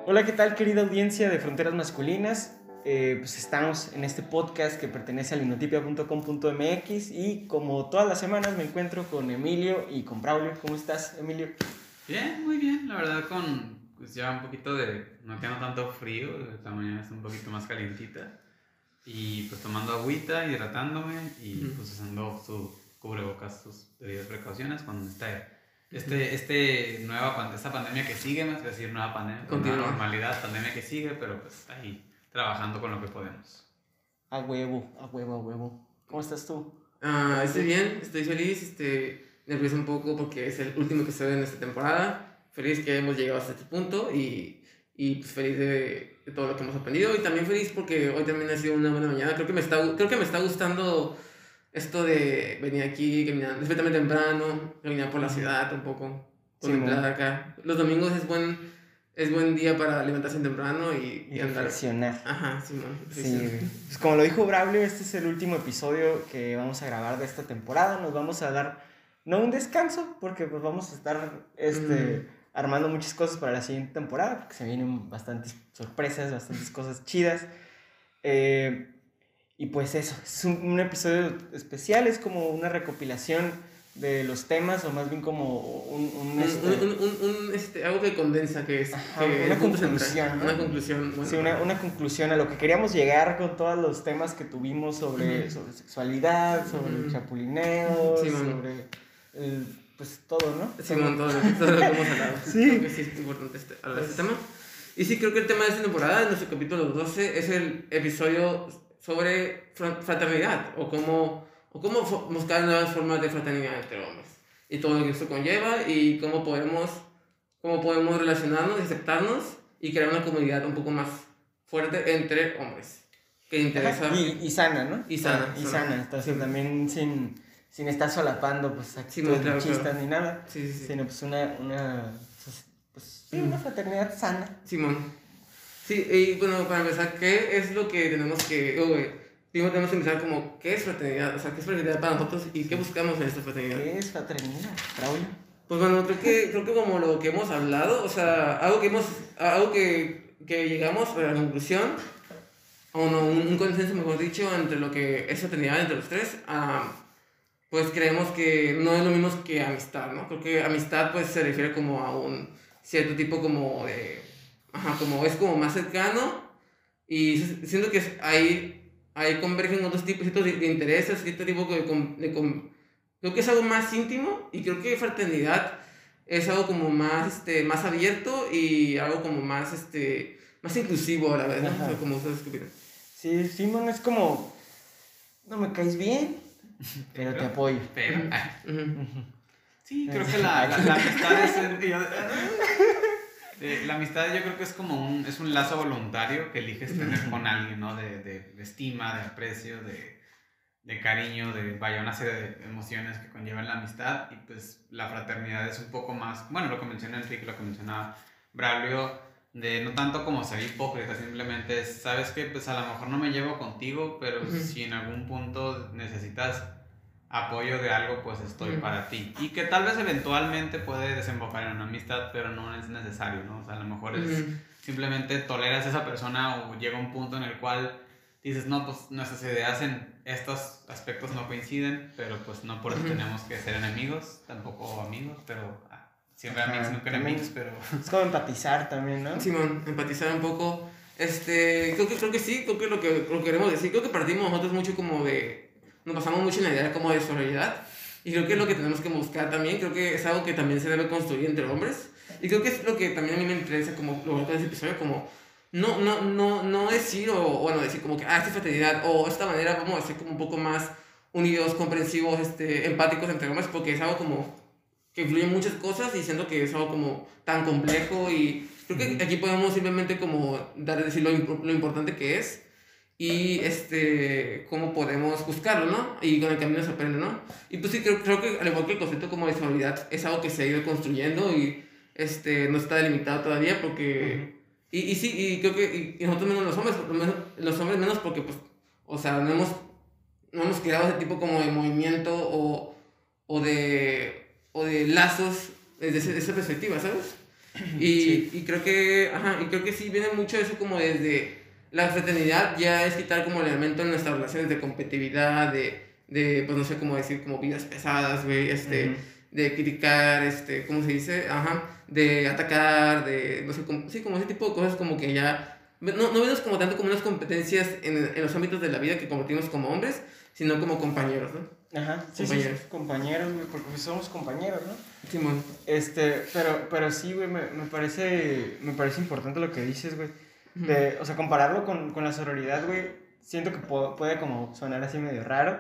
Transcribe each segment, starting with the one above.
Hola, ¿qué tal, querida audiencia de Fronteras Masculinas? Pues estamos en este podcast que pertenece a linotipia.com.mx y como todas las semanas me encuentro con Emilio y con Braulio. ¿Cómo estás, Emilio? Bien, muy bien, la verdad pues ya un poquito no tengo tanto frío, la mañana está un poquito más calientita y pues tomando agüita, hidratándome y pues usando su cubrebocas, sus debidas precauciones cuando está esta pandemia que sigue, más que decir nueva pandemia, nueva normalidad, pandemia que sigue, pero pues ahí trabajando con lo que podemos. A huevo, a huevo, a huevo. ¿Cómo estás tú? Estoy bien, estoy feliz, nervioso un poco porque es el último episodio en esta temporada. Feliz que hemos llegado hasta este punto y pues feliz de todo lo que hemos aprendido y también feliz porque hoy también ha sido una buena mañana. Creo que me está gustando esto de venir aquí, caminar perfectamente temprano, caminar por la ciudad un poco, contemplar acá. Los domingos es buen día para levantarse temprano y andar. Reflexionar. Ajá, Simón. Sí, pues como lo dijo Braulio, este es el último episodio que vamos a grabar de esta temporada. Nos vamos a dar, no un descanso, porque pues vamos a estar armando muchas cosas para la siguiente temporada, porque se vienen bastantes sorpresas, bastantes cosas chidas. Y pues eso, es un episodio especial, es como una recopilación de los temas, o más bien como algo que condensa, que es una conclusión, ¿no? Una conclusión. Bueno, sí, una conclusión a lo que queríamos llegar con todos los temas que tuvimos sobre sexualidad, sobre el chapulineo, sobre pues todo, ¿no? Simón, todo lo que hemos hablado. Sí. Creo que sí es importante hablar de este tema. Y sí, creo que el tema de esta temporada, en nuestro capítulo 12, es el episodio sobre fraternidad, o cómo buscar nuevas formas de fraternidad entre hombres. Y todo lo que esto conlleva, y cómo podemos relacionarnos, aceptarnos, y crear una comunidad un poco más fuerte entre hombres. Que interesa. Y sana, ¿no? Y sana. Entonces sí. También sin estar solapando, pues, actitudes machistas ni nada. Sí. Sino pues una fraternidad sana. Simón. Sí, y bueno, para empezar, ¿qué es lo que tenemos que... Primero tenemos que empezar como, ¿qué es fraternidad? O sea, ¿qué es fraternidad para nosotros y qué buscamos en esta fraternidad? ¿Qué es fraternidad, Raúl? Pues bueno, creo que como lo que hemos hablado, o sea, algo que llegamos a la conclusión, o no, un consenso, mejor dicho, entre lo que es fraternidad entre los tres, pues creemos que no es lo mismo que amistad, ¿no? Creo que amistad pues se refiere como a un cierto tipo como de... como es como más cercano, y siento que ahí convergen otros tipos de intereses, cierto tipo creo que es algo más íntimo, y creo que fraternidad es algo como más abierto y algo como más inclusivo a la vez, ¿no? O sea, como ustedes escuchan. Sí, Simón es como, no me caes bien, pero te apoyo. Sí, creo que la amistad la amistad yo creo que es como un lazo voluntario que eliges tener con alguien, ¿no? De estima, de aprecio, de cariño, vaya, una serie de emociones que conllevan la amistad. Y pues la fraternidad es un poco más, bueno, lo que mencionó Enrique, lo que mencionaba Braulio, de no tanto como ser hipócrita, simplemente es, sabes que pues a lo mejor no me llevo contigo, pero si en algún punto necesitas apoyo de algo, pues estoy para ti. Y que tal vez eventualmente puede desembocar en una amistad, pero no es necesario, ¿no? O sea, a lo mejor es simplemente toleras a esa persona, o llega un punto en el cual dices, no, pues nuestras ideas en estos aspectos no coinciden, pero pues no por eso tenemos que ser enemigos, tampoco amigos, pero siempre amigos, nunca enemigos, pero... Es como empatizar también, ¿no? Simón, empatizar un poco. Creo que sí, creo que lo que queremos decir, creo que partimos nosotros mucho como de... Nos basamos mucho en la idea como de solidaridad, y creo que es lo que tenemos que buscar también. Creo que es algo que también se debe construir entre hombres, y creo que es lo que también a mí me interesa como lo que ese episodio, como no decir decir como que esta fraternidad o esta manera vamos a ser como un poco más unidos, comprensivos, empáticos entre hombres, porque es algo como que influye en muchas cosas, y siento que es algo como tan complejo, y creo que aquí podemos simplemente como decir lo importante que es, y cómo podemos buscarlo, ¿no? Y con el camino se aprende, ¿no? Y pues sí, creo que al igual que el concepto como de solidaridad es algo que se ha ido construyendo, y no está delimitado todavía, porque y creo que y nosotros menos los hombres menos, porque pues, o sea, no hemos creado ese tipo como de movimiento o de lazos desde esa perspectiva, ¿sabes? Y creo que, y creo que sí viene mucho eso como desde la fraternidad, ya es quitar como el elemento en nuestras relaciones de competitividad, pues no sé cómo decir, como vidas pesadas, güey, de criticar, ¿cómo se dice? De atacar, de, no sé, como ese tipo de cosas como que ya, no vemos como tanto como unas competencias en los ámbitos de la vida que compartimos como hombres, sino como compañeros, ¿no? Compañeros. Sí, compañeros, güey, porque somos compañeros, ¿no? Sí, man. Pero sí, güey, me parece importante lo que dices, güey. O sea, compararlo con la sororidad, güey, siento que puede como sonar así medio raro.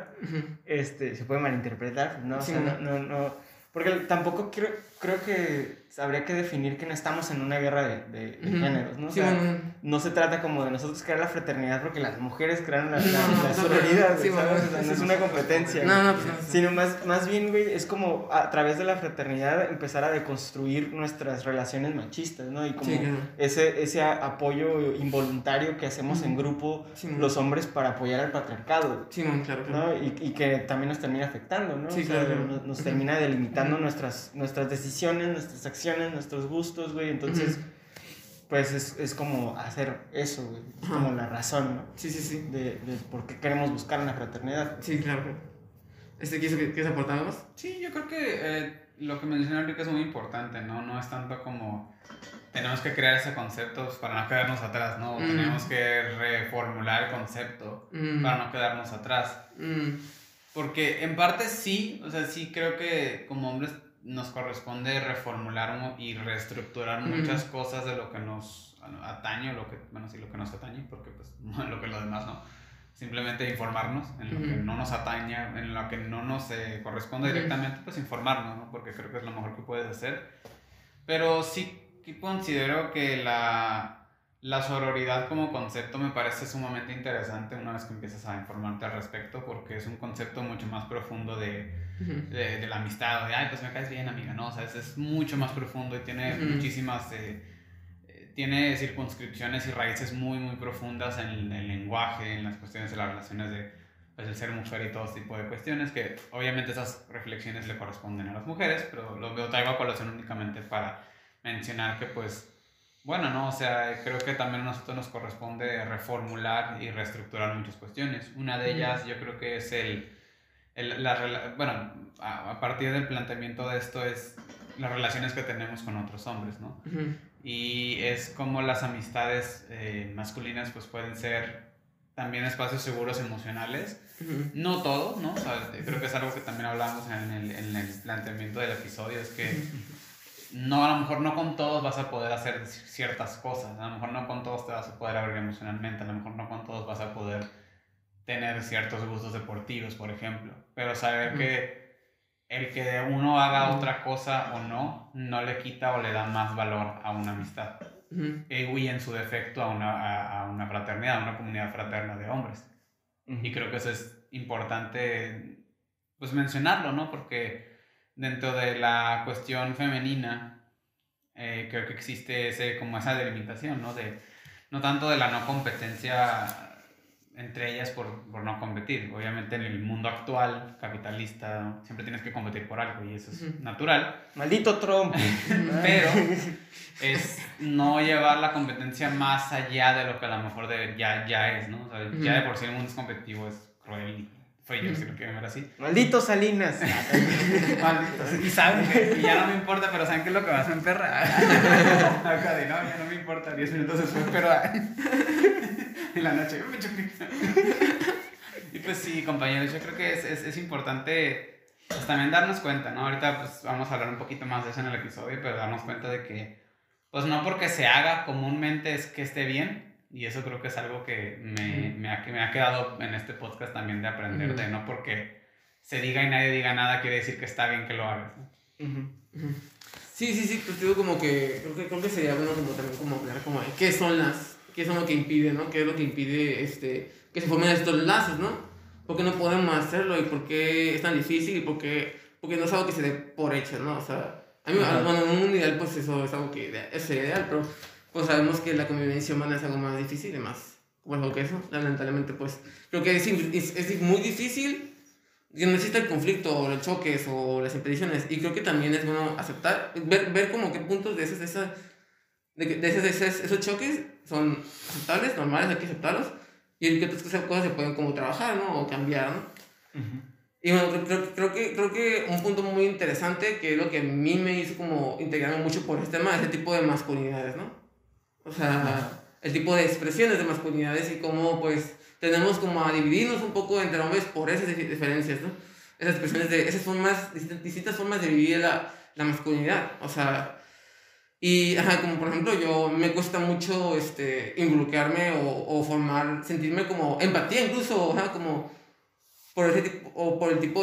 Se puede malinterpretar, ¿no? O sea, no. Porque tampoco creo que habría que definir que no estamos en una guerra de géneros, ¿no? O sea, no se trata como de nosotros crear la fraternidad porque las mujeres crearon la sororidad, ¿sabes? O sea, no es una competencia. Sino más bien, güey, es como a través de la fraternidad empezar a deconstruir nuestras relaciones machistas, ¿no? Y como ese apoyo involuntario que hacemos en grupo los hombres para apoyar al patriarcado. Claro. ¿No? Y que también nos termina afectando, ¿no? Nos termina delimitando nuestras decisiones, nuestras acciones, nuestros gustos, güey. Entonces, pues es como hacer eso, güey. Es como la razón, ¿no? Sí. De por qué queremos buscar una fraternidad. Sí, claro. ¿Quieres aportar más? Sí, yo creo que lo que mencionó Enrique es muy importante, ¿no? No es tanto como tenemos que crear ese concepto para no quedarnos atrás, ¿no? Tenemos que reformular el concepto para no quedarnos atrás. Porque en parte sí, o sea, sí creo que como hombres nos corresponde reformular y reestructurar muchas cosas de lo que nos atañe, lo que nos atañe, porque pues lo demás no. Simplemente informarnos en lo que no nos atañe, en lo que no nos corresponde directamente, pues informarnos, ¿no? Porque creo que es lo mejor que puedes hacer. Pero sí considero que la sororidad como concepto me parece sumamente interesante una vez que empiezas a informarte al respecto, porque es un concepto mucho más profundo de la amistad, de, pues me caes bien, amiga, ¿no? O sea, es mucho más profundo y tiene muchísimas... tiene circunscripciones y raíces muy, muy profundas en el lenguaje, en las cuestiones de las relaciones de pues, el ser mujer y todo este tipo de cuestiones, que obviamente esas reflexiones le corresponden a las mujeres, pero lo traigo a colación únicamente para mencionar que pues... Bueno, no, o sea, creo que también a nosotros nos corresponde reformular y reestructurar muchas cuestiones. Una de ellas yo creo que es a partir del planteamiento de esto es las relaciones que tenemos con otros hombres, ¿no? Y es como las amistades masculinas pues pueden ser también espacios seguros emocionales. No todos, ¿no? O sea, creo que es algo que también hablamos en el planteamiento del episodio, es que a lo mejor no con todos vas a poder hacer ciertas cosas, a lo mejor no con todos te vas a poder abrir emocionalmente, a lo mejor no con todos vas a poder tener ciertos gustos deportivos, por ejemplo, pero saber que el que uno haga otra cosa o no le quita o le da más valor a una amistad, y en su defecto a una fraternidad, a una comunidad fraterna de hombres. Y creo que eso es importante pues mencionarlo, ¿no? Porque dentro de la cuestión femenina, creo que existe esa delimitación, ¿no? No tanto de la no competencia entre ellas por no competir. Obviamente en el mundo actual, capitalista, ¿no? Siempre tienes que competir por algo y eso es natural. ¡Maldito Trump! Pero es no llevar la competencia más allá de lo que a lo mejor ya es, ¿no? O sea, ya de por sí el mundo es competitivo, es cruel. Fue yo, si lo quieren ver así. ¡Maldito Salinas! Malditos. Y saben que ya no me importa, pero ¿saben qué es lo que más me emperra? Acá de, no, ya no me importa. 10 minutos después, pero en la noche me choqué. Y pues sí, compañeros, yo creo que es importante pues, también darnos cuenta, ¿no? Ahorita pues vamos a hablar un poquito más de eso en el episodio, pero darnos cuenta de que pues no porque se haga comúnmente es que esté bien. Y eso creo que es algo que me ha quedado en este podcast también de aprender, de no porque se diga y nadie diga nada quiere decir que está bien que lo hagas, ¿no? Sí, pues digo como que creo que sería bueno como también como hablar como de qué son lo que impide, ¿no? ¿Qué es lo que impide que se formen estos lazos, ¿no? ¿Por qué no podemos hacerlo y por qué es tan difícil y porque no es algo que se dé por hecho, ¿no? O sea, a mí, bueno, en un ideal pues eso es algo que es ideal, pero pues sabemos que la convivencia humana es algo más difícil y más complejo que eso. Lamentablemente, pues creo que es muy difícil que no exista el conflicto o los choques o las impediciones. Y creo que también es bueno aceptar, ver como qué puntos de esos choques son aceptables, normales, hay que aceptarlos, y que otras cosas se pueden como trabajar, ¿no? O cambiar, ¿no? Ujú. Y bueno, creo que un punto muy interesante, que es lo que a mí me hizo como integrarme mucho por este tema, es el tipo de masculinidades, ¿no? O sea, el tipo de expresiones de masculinidades y cómo, pues, tenemos como a dividirnos un poco entre hombres por esas diferencias, ¿no? Esas expresiones esas formas, distintas formas de vivir la masculinidad, o sea, y, como por ejemplo, me cuesta mucho, involucrarme sentirme como empatía incluso, como por ese tipo, o por el tipo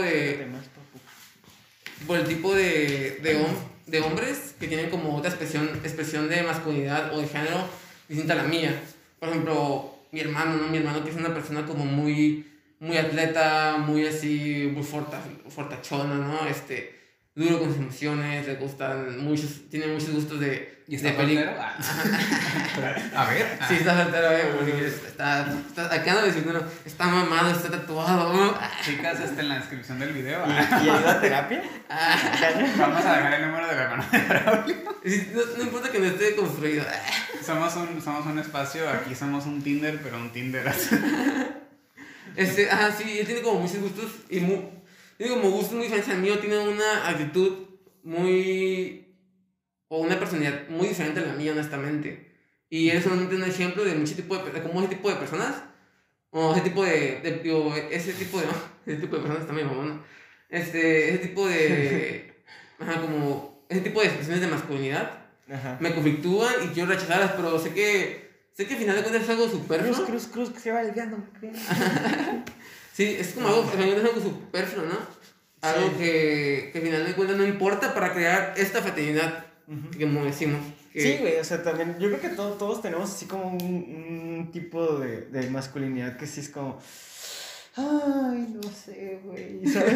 de hombres que tienen como otra expresión de masculinidad o de género distinta a la mía. Por ejemplo, mi hermano, ¿no? Mi hermano, que es una persona como muy atleta, muy así, muy fortachona, ¿no? Duro con sus emociones, le gustan tiene muchos gustos de película. A ver. Sí, está soltero, porque acá ando diciendo, está mamado, está tatuado. Chicas, en la descripción del video. ¿Y ayuda a terapia? Vamos a dejar el número del hermano de Braulio. No importa que no esté construido. Somos un espacio, aquí somos un Tinder, pero un Tinder así. Sí, él tiene como muchos gustos y tiene como gustos muy diferentes al mío, tiene una actitud o una personalidad muy diferente a la mía, honestamente. Y él es solamente un ejemplo de como ese tipo de personas, o ese tipo de personas está muy mamón, ¿no? Ese tipo de, ese tipo de expresiones de masculinidad, me conflictúan y quiero rechazarlas, pero sé que al final de cuentas es algo superfluo. Cruz, que se va desviando. Sí, es como algo superfluo, ¿no? Algo Sí. que al final de cuentas no importa para crear esta fraternidad, como decimos. Sí, güey, o sea, también yo creo que todos tenemos así como un tipo de masculinidad que sí es como... Ay, no sé, güey, ¿sabes?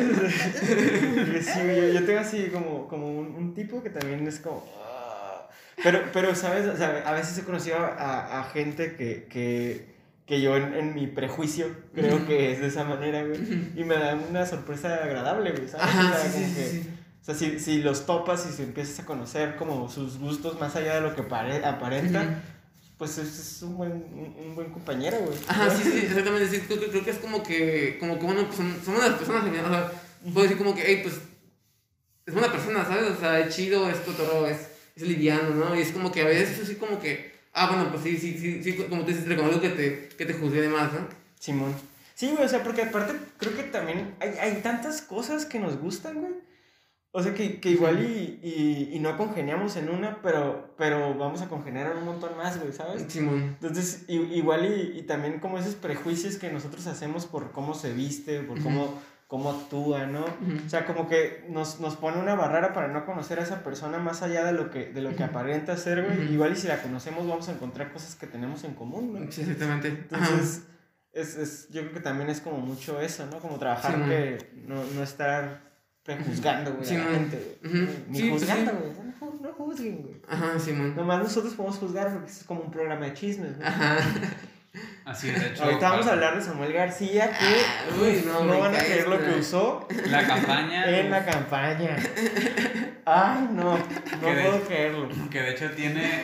Sí, güey, yo tengo así como un tipo que también es como... Pero, ¿sabes? O sea, a veces he conocido a gente que yo en mi prejuicio creo que es de esa manera, güey. Y me da una sorpresa agradable, güey, ¿sabes? Sí. O sea, si los topas y si empiezas a conocer como sus gustos más allá de lo que aparenta, pues es un buen compañero, güey. Sí, exactamente. Sí, creo que es como que bueno, pues son unas personas, o sea, puedo decir como que, hey, pues, es una persona, ¿sabes? O sea, es chido, es cotorro, es liviano, ¿no? Y es como que a veces así como que, bueno, pues sí, como tú dices, reconozco que te juzgué de más, ¿no? Simón. Sí, güey, o sea, porque aparte creo que también hay tantas cosas que nos gustan, güey. O sea, que igual y no congeniamos en una, pero vamos a congeniar en un montón más, güey, ¿sabes? Simón. Entonces, igual y también como esos prejuicios que nosotros hacemos por cómo se viste, por cómo actúa, ¿no? O sea, como que nos pone una barrera para no conocer a esa persona más allá de lo que aparenta ser, güey. Igual y si la conocemos vamos a encontrar cosas que tenemos en común, ¿no? Sí, exactamente. Entonces, yo creo que también es como mucho eso, ¿no? Como trabajar que no estar prejuzgando, güey, a la gente, güey. Ni juzgando, güey. No juzguen, güey. Simón. Nomás nosotros podemos juzgar porque es como un programa de chismes, ¿no? Así es, de hecho. Ahorita vamos a hablar de Samuel García, que no van a creer lo que usó la campaña. En la campaña. Ay, no puedo creerlo. Que de hecho tiene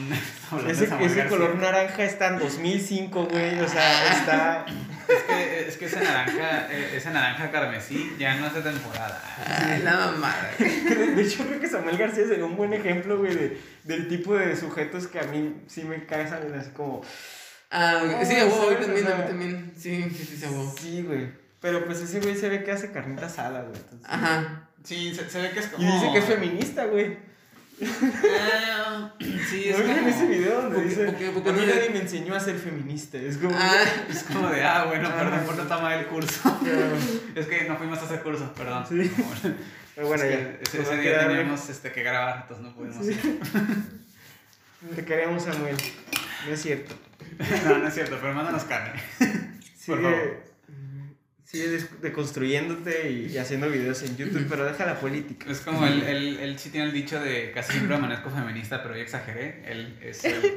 ese color naranja está en 2005, güey. O sea, está... Es que ese naranja carmesí ya no es de temporada. Ay, la mamada. De hecho, creo que Samuel García sería un buen ejemplo, güey, del tipo de sujetos que a mí sí me causan así como... Sí, a huevo, también. Sí, a huevo. Sí, güey. Pero pues ese güey se ve que hace carnita asada, güey. Entonces, sí, se ve que es como... Y dice que es feminista, güey. Sí, es ¿No como... en ese video donde dice... Porque a mí nadie me enseñó a ser feminista. Es como... Es como de, bueno, perdón por no tomar el curso. Es que no fuimos a ese curso, perdón. Sí. Pero bueno, ya. Ese día teníamos que grabar, entonces no pudimos ir. Te queremos, Samuel. No es cierto. No es cierto, pero mándanos carne. Por favor. Sigue deconstruyéndote y haciendo videos en YouTube, pero deja la política. Es como él sí tiene el dicho de casi siempre amanezco feminista, pero yo exageré. Él es...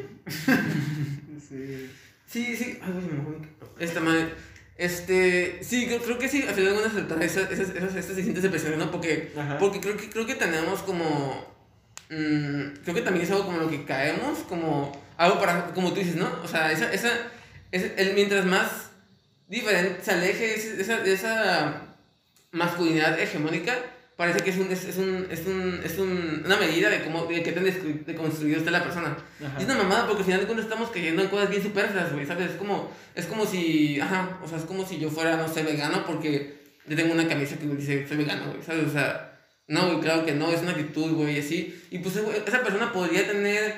Sí. Ay, güey, esta madre. Sí, creo que sí, al final de cuentas esas distintas expresiones, ¿no? Porque creo que tenemos como... creo que también es algo como lo que caemos, como algo para, como tú dices, ¿no? O sea, mientras más diferente se aleje esa masculinidad hegemónica, parece que es una medida de qué tan deconstruido está la persona. Ajá. Y es una mamada porque al final de cuentas estamos cayendo en cosas bien superfluas, güey, ¿sabes? Es como si, o sea, es como si yo fuera, no sé, vegano porque yo tengo una camisa que dice soy vegano, güey, ¿sabes? O sea, no, güey, claro que no, es una actitud, güey, así. Y pues esa persona podría tener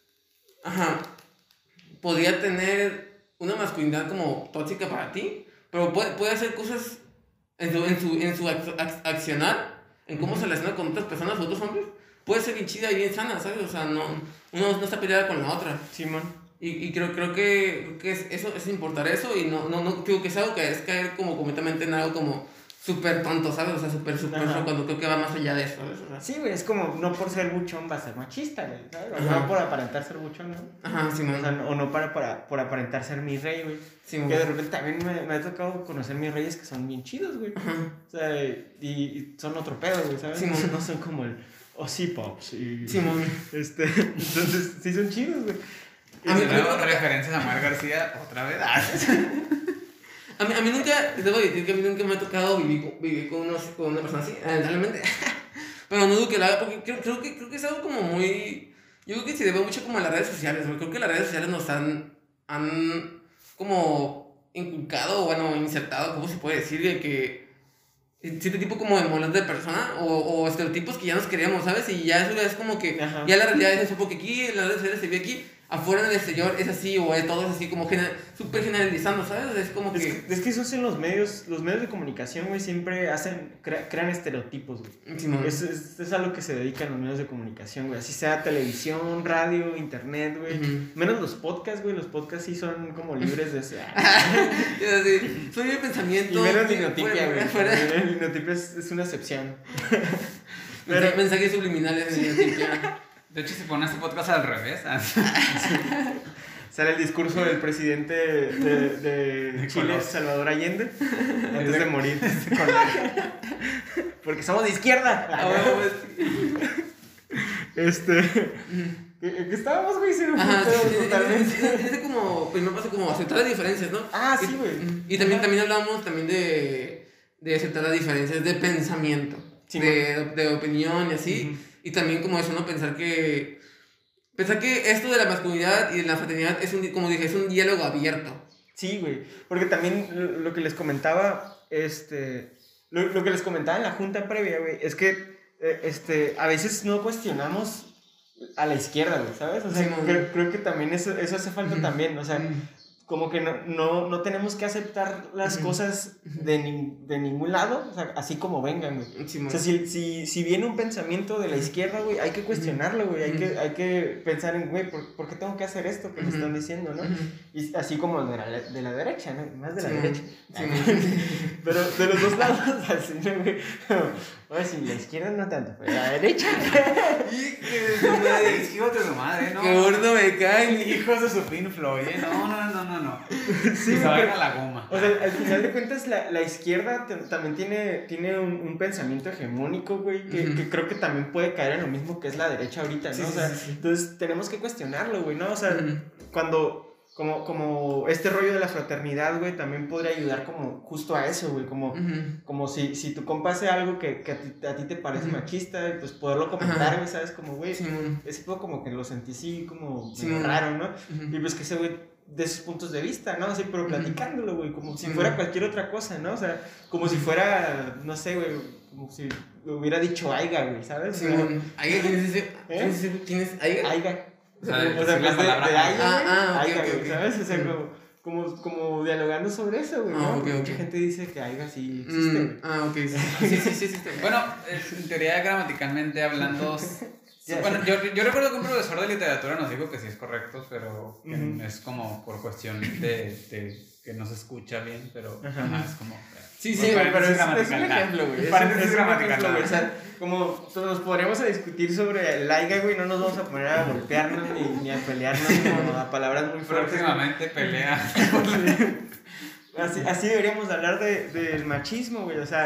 una masculinidad como tóxica para ti, pero puede hacer cosas en su accionar, en cómo se relaciona con otras personas, otros hombres, puede ser bien chida y bien sana, ¿sabes? O sea, uno no está peleada con la otra. Simón. Y creo que es importar eso y no digo que es algo que es caer como completamente en algo como súper tonto, ¿sabes? O sea, súper cuando creo que va más allá de eso, ¿sabes? O sea, Sí, güey, es como no por ser buchón va a ser machista, güey, ¿sabes? O Ajá. no por aparentar ser buchón, ¿no? Ajá, sí, O sea, o no por aparentar ser mi rey, güey. Sí, que de repente también me ha tocado conocer mis reyes que son bien chidos, güey. Ajá. O sea, y son otro pedo, güey, ¿sabes? Sí, no son como el Pops. Y, Sí, mami. entonces, sí son chidos, güey. A mí- Referencias a Mar García otra vez. A mí nunca, debo decir que a mí nunca me ha tocado vivir con una persona así, realmente. Pero no dudo que lo haga, porque creo que es algo como muy... Yo creo que se debe mucho como a las redes sociales, güey. Creo que las redes sociales nos han como inculcado, o bueno, insertado, ¿cómo se puede decir? De que cierto tipo como de modelos de persona o estereotipos que ya nos queríamos, ¿sabes? Y ya eso es como que, Ajá. ya la realidad es eso, porque aquí en las redes sociales se ve aquí, afuera en el exterior es así, o todo es así, como súper generalizando, ¿sabes? Es como que... Es que eso hacen los medios de comunicación, güey, siempre crean estereotipos, güey. Simón. Es a lo que se dedican los medios de comunicación, güey. Así sea televisión, radio, internet, güey. Ujú. Menos los podcasts, güey. Los podcasts sí son como libres de ese... Es así, soy de pensamiento... Y menos Linotipia, güey. Fuera- Linotipia es una excepción. Pero- Mensajes subliminales en Linotipia. De hecho, si pones este podcast al revés. Sale el discurso del presidente de Chile, color. Salvador Allende, antes de morir. Porque somos de Ah, izquierda. bueno, pues, ¿Qué estábamos, güey? Se me ajá, fue sí, totalmente. es como, primer paso como aceptar las diferencias, ¿no? Ah, sí, güey. Y también hablamos también de aceptar las diferencias de pensamiento, Sí, de opinión y así. Ujú. Y también como eso, ¿no? Pensar que esto de la masculinidad y de la fraternidad como dije, es un diálogo abierto. Sí, güey. Porque también lo que les comentaba, lo que les comentaba en la junta previa, güey, es que a veces no cuestionamos a la izquierda, güey, ¿sabes? O sea, Sí, no. creo que también eso hace falta también, o sea, como que no tenemos que aceptar las cosas de ningún lado, o sea, así como vengan, güey. Sí, O sea, si viene un pensamiento de la izquierda, güey, hay que cuestionarlo, güey, hay que pensar en, güey, ¿por qué tengo que hacer esto que me están diciendo, no? Y así como de la derecha, ¿no? Más de la derecha. Pero de los dos lados, así, ¿no, güey? Oye, si la izquierda no tanto, pero la derecha. Hijos de su madre, ¿no? Qué gordo me caen. Hijos de su Pink Floyd, ¿eh? No. Sí, Se güey, vayan pero- a la goma. O sea, al final de cuentas, la izquierda también tiene un pensamiento hegemónico, güey, que creo que también puede caer en lo mismo que es la derecha ahorita, ¿no? Sí, O sí, sea, sí, sí. entonces tenemos que cuestionarlo, güey, ¿no? O sea, Ujú. cuando... Como este rollo de la fraternidad, güey, también podría ayudar como justo a eso, güey, como si tu compa hace algo que a ti te parece machista, y pues poderlo comentar, güey, ¿sabes? Como, güey, ese poco como que lo sentí así como medio raro, ¿no? Y pues que ese güey de sus puntos de vista, ¿no? Así, pero platicándolo, güey, como si fuera cualquier otra cosa, ¿no? O sea, como si fuera, no sé, güey, como si lo hubiera dicho Aiga, güey, ¿sabes? ¿Quién es Aiga? Aiga. O sea, O sea, decir pues la de palabra Aiga, güey, ok, Aiga, ok, güey, ok. ¿sabes? O sea, como dialogando sobre eso, güey, ¿no? Ah, ok, Porque ok. mucha gente dice que Aiga sí existe, güey. Ok, sí. Bueno, en teoría gramaticalmente hablando... Ya, Bueno, yo recuerdo que un profesor de literatura nos dijo que sí es correcto, pero que Ujú. es como por cuestión de que no se escucha bien, pero Ajá. es como... Sí, Sí, güey, pero es un ejemplo, güey. Paréntesis Es un gramatical. ejemplo, güey. O sea, como nos podríamos a discutir sobre el Aiga, güey, no nos vamos a poner a golpearnos ni a pelearnos como a palabras muy fuertes. Próximamente pelea. Así deberíamos hablar del machismo, güey. O sea,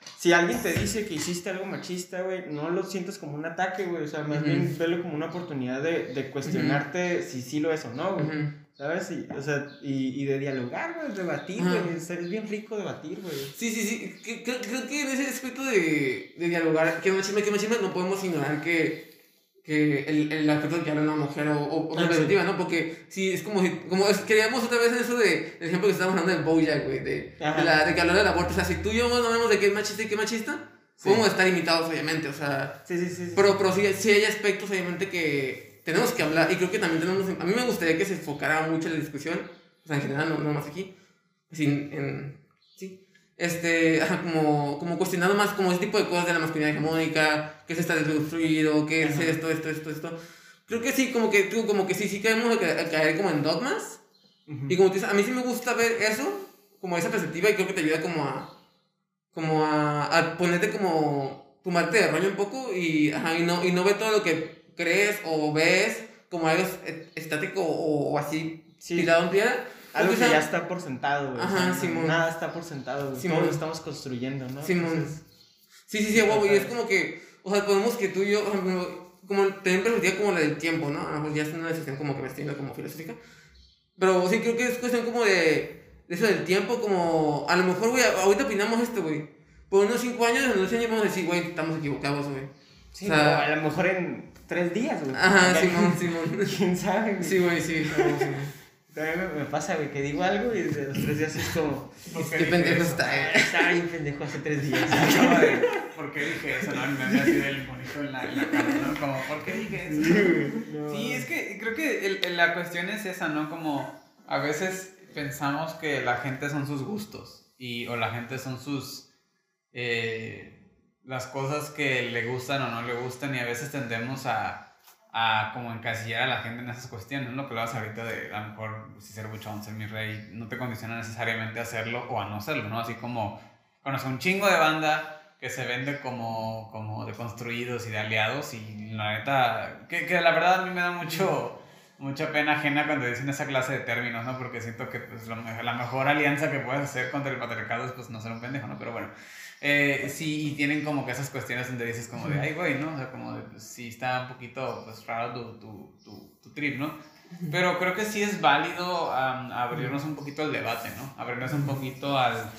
si alguien te dice que hiciste algo machista, güey, no lo sientes como un ataque, güey. O sea, más bien velo como una oportunidad de cuestionarte si sí lo es o no, güey. ¿Sabes? O sea, y de dialogar, güey, debatir, güey. Es bien rico debatir, güey. Sí. Creo que en ese aspecto de dialogar, que machismo no podemos ignorar que el aspecto que habla una mujer o una perspectiva, ¿no? Porque sí, es como queríamos otra vez en eso del ejemplo que estábamos hablando de BoJack, güey, de que hablar del aborto. O sea, si tú y yo no vemos de qué es machista y qué machista, podemos estar imitados, obviamente, o sea... Sí. Pero sí hay aspectos, obviamente, que tenemos que hablar, y creo que también a mí me gustaría que se enfocara mucho en la discusión, o sea, en general, no más aquí, sí, como cuestionando más como ese tipo de cosas de la masculinidad hegemónica, qué se está destruido, qué es esto. Creo que sí, como que sí caemos a caer como en dogmas, y como tú dices, a mí sí me gusta ver eso, como esa perspectiva, y creo que te ayuda como a ponerte como, tomarte de rollo un poco, y no ver todo lo que crees o ves como algo estático o así tirado en piedra. Algo que ya está por sentado, güey. Ajá, Simón. Nada está por sentado, güey. Todo lo estamos construyendo, ¿no? Simón. Entonces, sí, guau, y es como que, o sea, podemos que tú y yo, como tener perspectiva como la del tiempo, ¿no? A lo mejor ya es una decisión como que me estoy yendo como filosófica. Pero sí creo que es cuestión como de eso del tiempo, como, a lo mejor, güey, ahorita opinamos esto, güey. Por unos 5 años, en unos 6 años vamos a decir, güey, estamos equivocados, güey. Sí, o sea, a lo mejor en 3 días, güey. Ajá, Simón. ¿Quién sabe, güey? Sí, güey, sí. También me pasa, güey, que digo algo y de los 3 días es como... ¿Qué pendejo está? Estaba bien pendejo hace 3 días. ¿Por qué dije eso? No, me había sido el bonito en la cara, ¿no? Como, ¿por qué dije eso? Sí, es que creo que la cuestión es esa, ¿no? Como a veces pensamos que la gente son sus gustos o la gente son sus... las cosas que le gustan o no le gustan, y a veces tendemos a como encasillar a la gente en esas cuestiones, ¿no? Lo que lo haces ahorita de a lo mejor si ser buchón, ser mi rey, no te condiciona necesariamente a hacerlo o a no hacerlo, ¿no? Así como conozco un chingo de banda que se vende como deconstruidos y de aliados, y la neta, que la verdad a mí me da mucha pena ajena cuando dicen esa clase de términos, ¿no? Porque siento que pues, la mejor alianza que puedes hacer contra el patriarcado es pues no ser un pendejo, ¿no? Pero bueno, sí, y tienen como que esas cuestiones donde dices como de, ay, güey, ¿no? O sea, como de, pues sí está un poquito pues raro tu trip, ¿no? Pero creo que sí es válido abrirnos un poquito al debate, ¿no? Abrirnos un poquito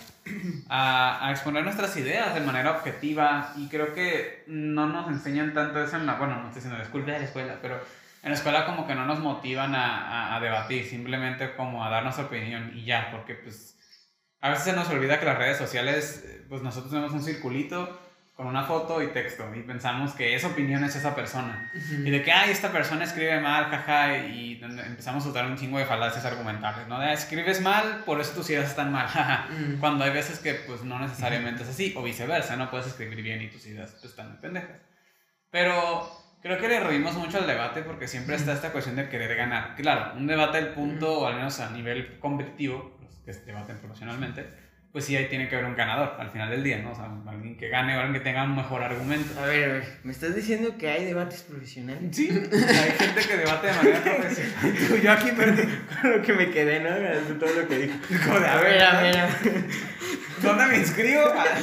a exponer nuestras ideas de manera objetiva, y creo que no nos enseñan tanto eso bueno, no estoy diciendo disculpe de la escuela, pero en la escuela como que no nos motivan a debatir, simplemente como a dar nuestra opinión y ya, porque pues a veces se nos olvida que las redes sociales, pues nosotros tenemos un circulito con una foto y texto, y pensamos que esa opinión es esa persona, y de que, ay, esta persona escribe mal, jaja, y empezamos a usar un chingo de falacias argumentales, ¿no? De, escribes mal, por eso tus ideas están mal, jaja, cuando hay veces que pues no necesariamente es así, o viceversa, no puedes escribir bien y tus ideas pues, están muy pendejas. Pero creo que le reímos mucho al debate porque siempre está esta cuestión de querer ganar. Claro, un debate al punto, o al menos a nivel competitivo, que se debaten profesionalmente, pues sí, ahí tiene que haber un ganador al final del día, ¿no? O sea, alguien que gane o alguien que tenga un mejor argumento. A ver, ¿me estás diciendo que hay debates profesionales? Sí, hay gente que debate de manera profesional. Yo aquí perdí con lo que me quedé, ¿no? De todo lo que dijo. Como de, a ver. ¿Dónde me inscribo?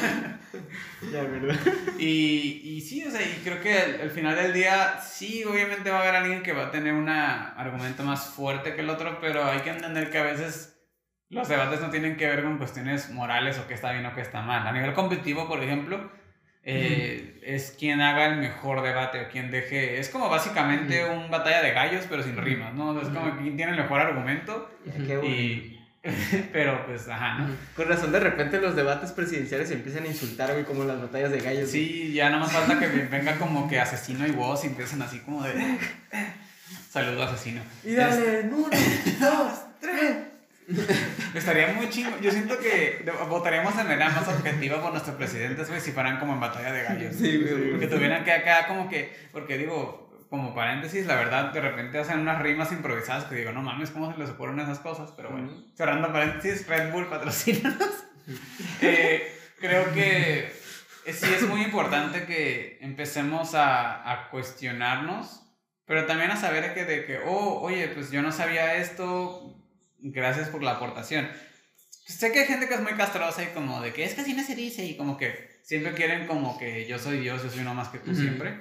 La verdad. Y sí, o sea, y creo que al final del día, sí, obviamente va a haber alguien que va a tener un argumento más fuerte que el otro, pero hay que entender que a veces los debates no tienen que ver con cuestiones morales o qué está bien o qué está mal. A nivel competitivo, por ejemplo, es quien haga el mejor debate o quien deje... Es como básicamente una batalla de gallos, pero sin rimas, ¿no? Es como quien tiene el mejor argumento. Pero pues, ajá, ¿no? Con razón, de repente los debates presidenciales se empiezan a insultar, güey, como las batallas de gallos. Sí, ya nada más falta que venga como que Asesino y vos y empiecen así como de... Saludo, Asesino. Y dale, 1, 2, 3... Estaría muy chingo. Yo siento que votaríamos de manera más objetiva por nuestros presidentes, güey, si fueran como en batalla de gallos. Sí, güey. Que tuvieran que acá como que... Porque digo, como paréntesis, la verdad, de repente hacen unas rimas improvisadas que digo, no mames, ¿cómo se les ocurren esas cosas? Pero bueno, cerrando paréntesis, Red Bull, patrocínanos. Creo que sí es muy importante que empecemos a cuestionarnos, pero también a saber oye, pues yo no sabía esto... Gracias por la aportación. sé que hay gente que es muy castrosa y como de que es que así no se dice y como que siempre quieren como que yo soy Dios, yo soy uno más que tú siempre.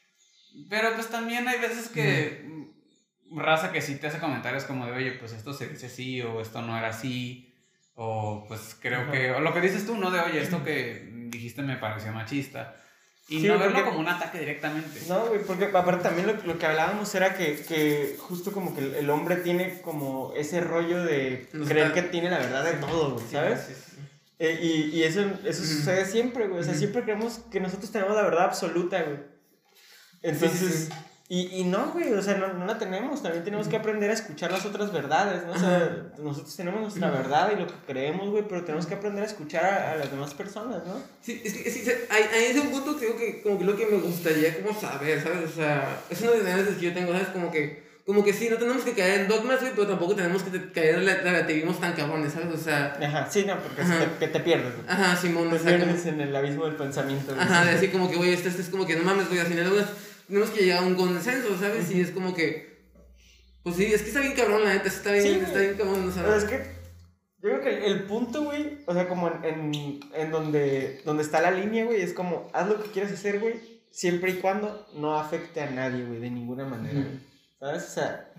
Pero pues también hay veces que raza que sí te hace comentarios como de, oye, pues esto se dice así o esto no era así. O pues creo que, o lo que dices tú, ¿no? De, oye, esto que dijiste me pareció machista. Y sí, no verlo como un ataque directamente. No, güey, porque aparte también lo que hablábamos era que justo como que el hombre tiene como ese rollo de creer que tiene la verdad de todo, güey, ¿sabes? Sí. Y eso sucede siempre, güey. O sea, siempre creemos que nosotros tenemos la verdad absoluta, güey. Entonces... Y no, güey, o sea, no la tenemos. También tenemos que aprender a escuchar las otras verdades, ¿no? O sea, nosotros tenemos nuestra verdad y lo que creemos, güey, pero tenemos que aprender a escuchar a las demás personas, ¿no? Sí, es que ahí es un punto que creo que como que lo que me gustaría como saber, ¿sabes? O sea, es una de las ideas que yo tengo, ¿sabes? Como que sí, no tenemos que caer en dogmas, güey, pero tampoco tenemos que caer en relativismos tan cabrones, ¿sabes? O sea... Ajá, sí, no, porque que te pierdes, güey. Ajá, Simón, te pierdes en el abismo del pensamiento, güey. Ajá, de así como que, güey, esto es como que no mames, güey, al final de tenemos que llegar a un consenso, ¿sabes? Y es como que... Pues sí, es que está bien cabrón, la neta, está bien cabrón, o sea... Pero es que yo creo que el punto, güey, o sea, como en donde está la línea, güey, es como, haz lo que quieras hacer, güey, siempre y cuando no afecte a nadie, güey, de ninguna manera, güey. ¿Sabes? O sea,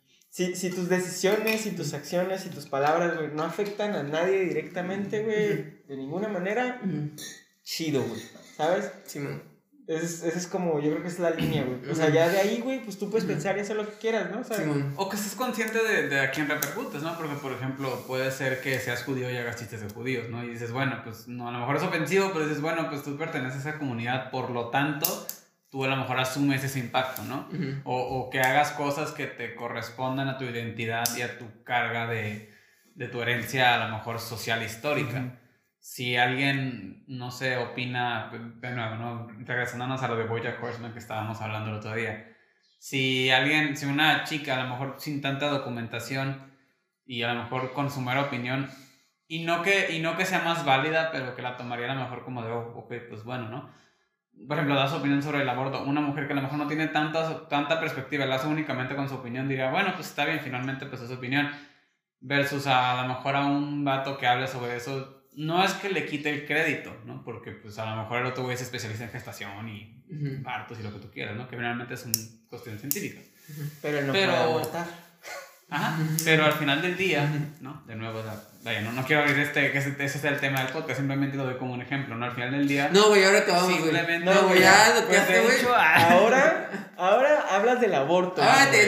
si tus decisiones, y tus acciones, y tus palabras, güey, no afectan a nadie directamente, güey, de ninguna manera, chido, güey, ¿sabes? Sí, man. Esa es como, yo creo que es la línea, güey. O sea, ya de ahí, güey, pues tú puedes pensar y hacer lo que quieras, ¿no? O sea, sí, o que estés consciente de a quién repercutes, ¿no? Porque, por ejemplo, puede ser que seas judío y hagas chistes de judíos, ¿no? Y dices, bueno, pues no, a lo mejor es ofensivo, pero dices, bueno, pues tú perteneces a esa comunidad, por lo tanto, tú a lo mejor asumes ese impacto, ¿no? O que hagas cosas que te correspondan a tu identidad y a tu carga de tu herencia, a lo mejor social histórica. Si alguien, no sé, opina, de nuevo, ¿no? Regresándonos a lo de BoJack Horseman que estábamos hablando el otro día. Si una chica, a lo mejor sin tanta documentación y a lo mejor con su mera opinión, y no que sea más válida, pero que la tomaría a lo mejor como de, ok, pues bueno, ¿no? Por ejemplo, da su opinión sobre el aborto. Una mujer que a lo mejor no tiene tanta perspectiva, la hace únicamente con su opinión, diría, bueno, pues está bien, finalmente pues es su opinión. Versus a lo mejor a un vato que hable sobre eso, no es que le quite el crédito, ¿no? Porque pues a lo mejor el otro güey es especialista en gestación y partos y lo que tú quieras, ¿no? Que realmente es una cuestión científica. Pero no puede abortar. Ajá, pero al final del día, ¿no? De nuevo, vaya, no quiero abrir que ese sea el tema del podcast, simplemente lo doy como un ejemplo, ¿no? Al final del día... No, güey, ahora te vamos, simplemente... No, güey, ya lo pues de hecho, ahora hablas del aborto.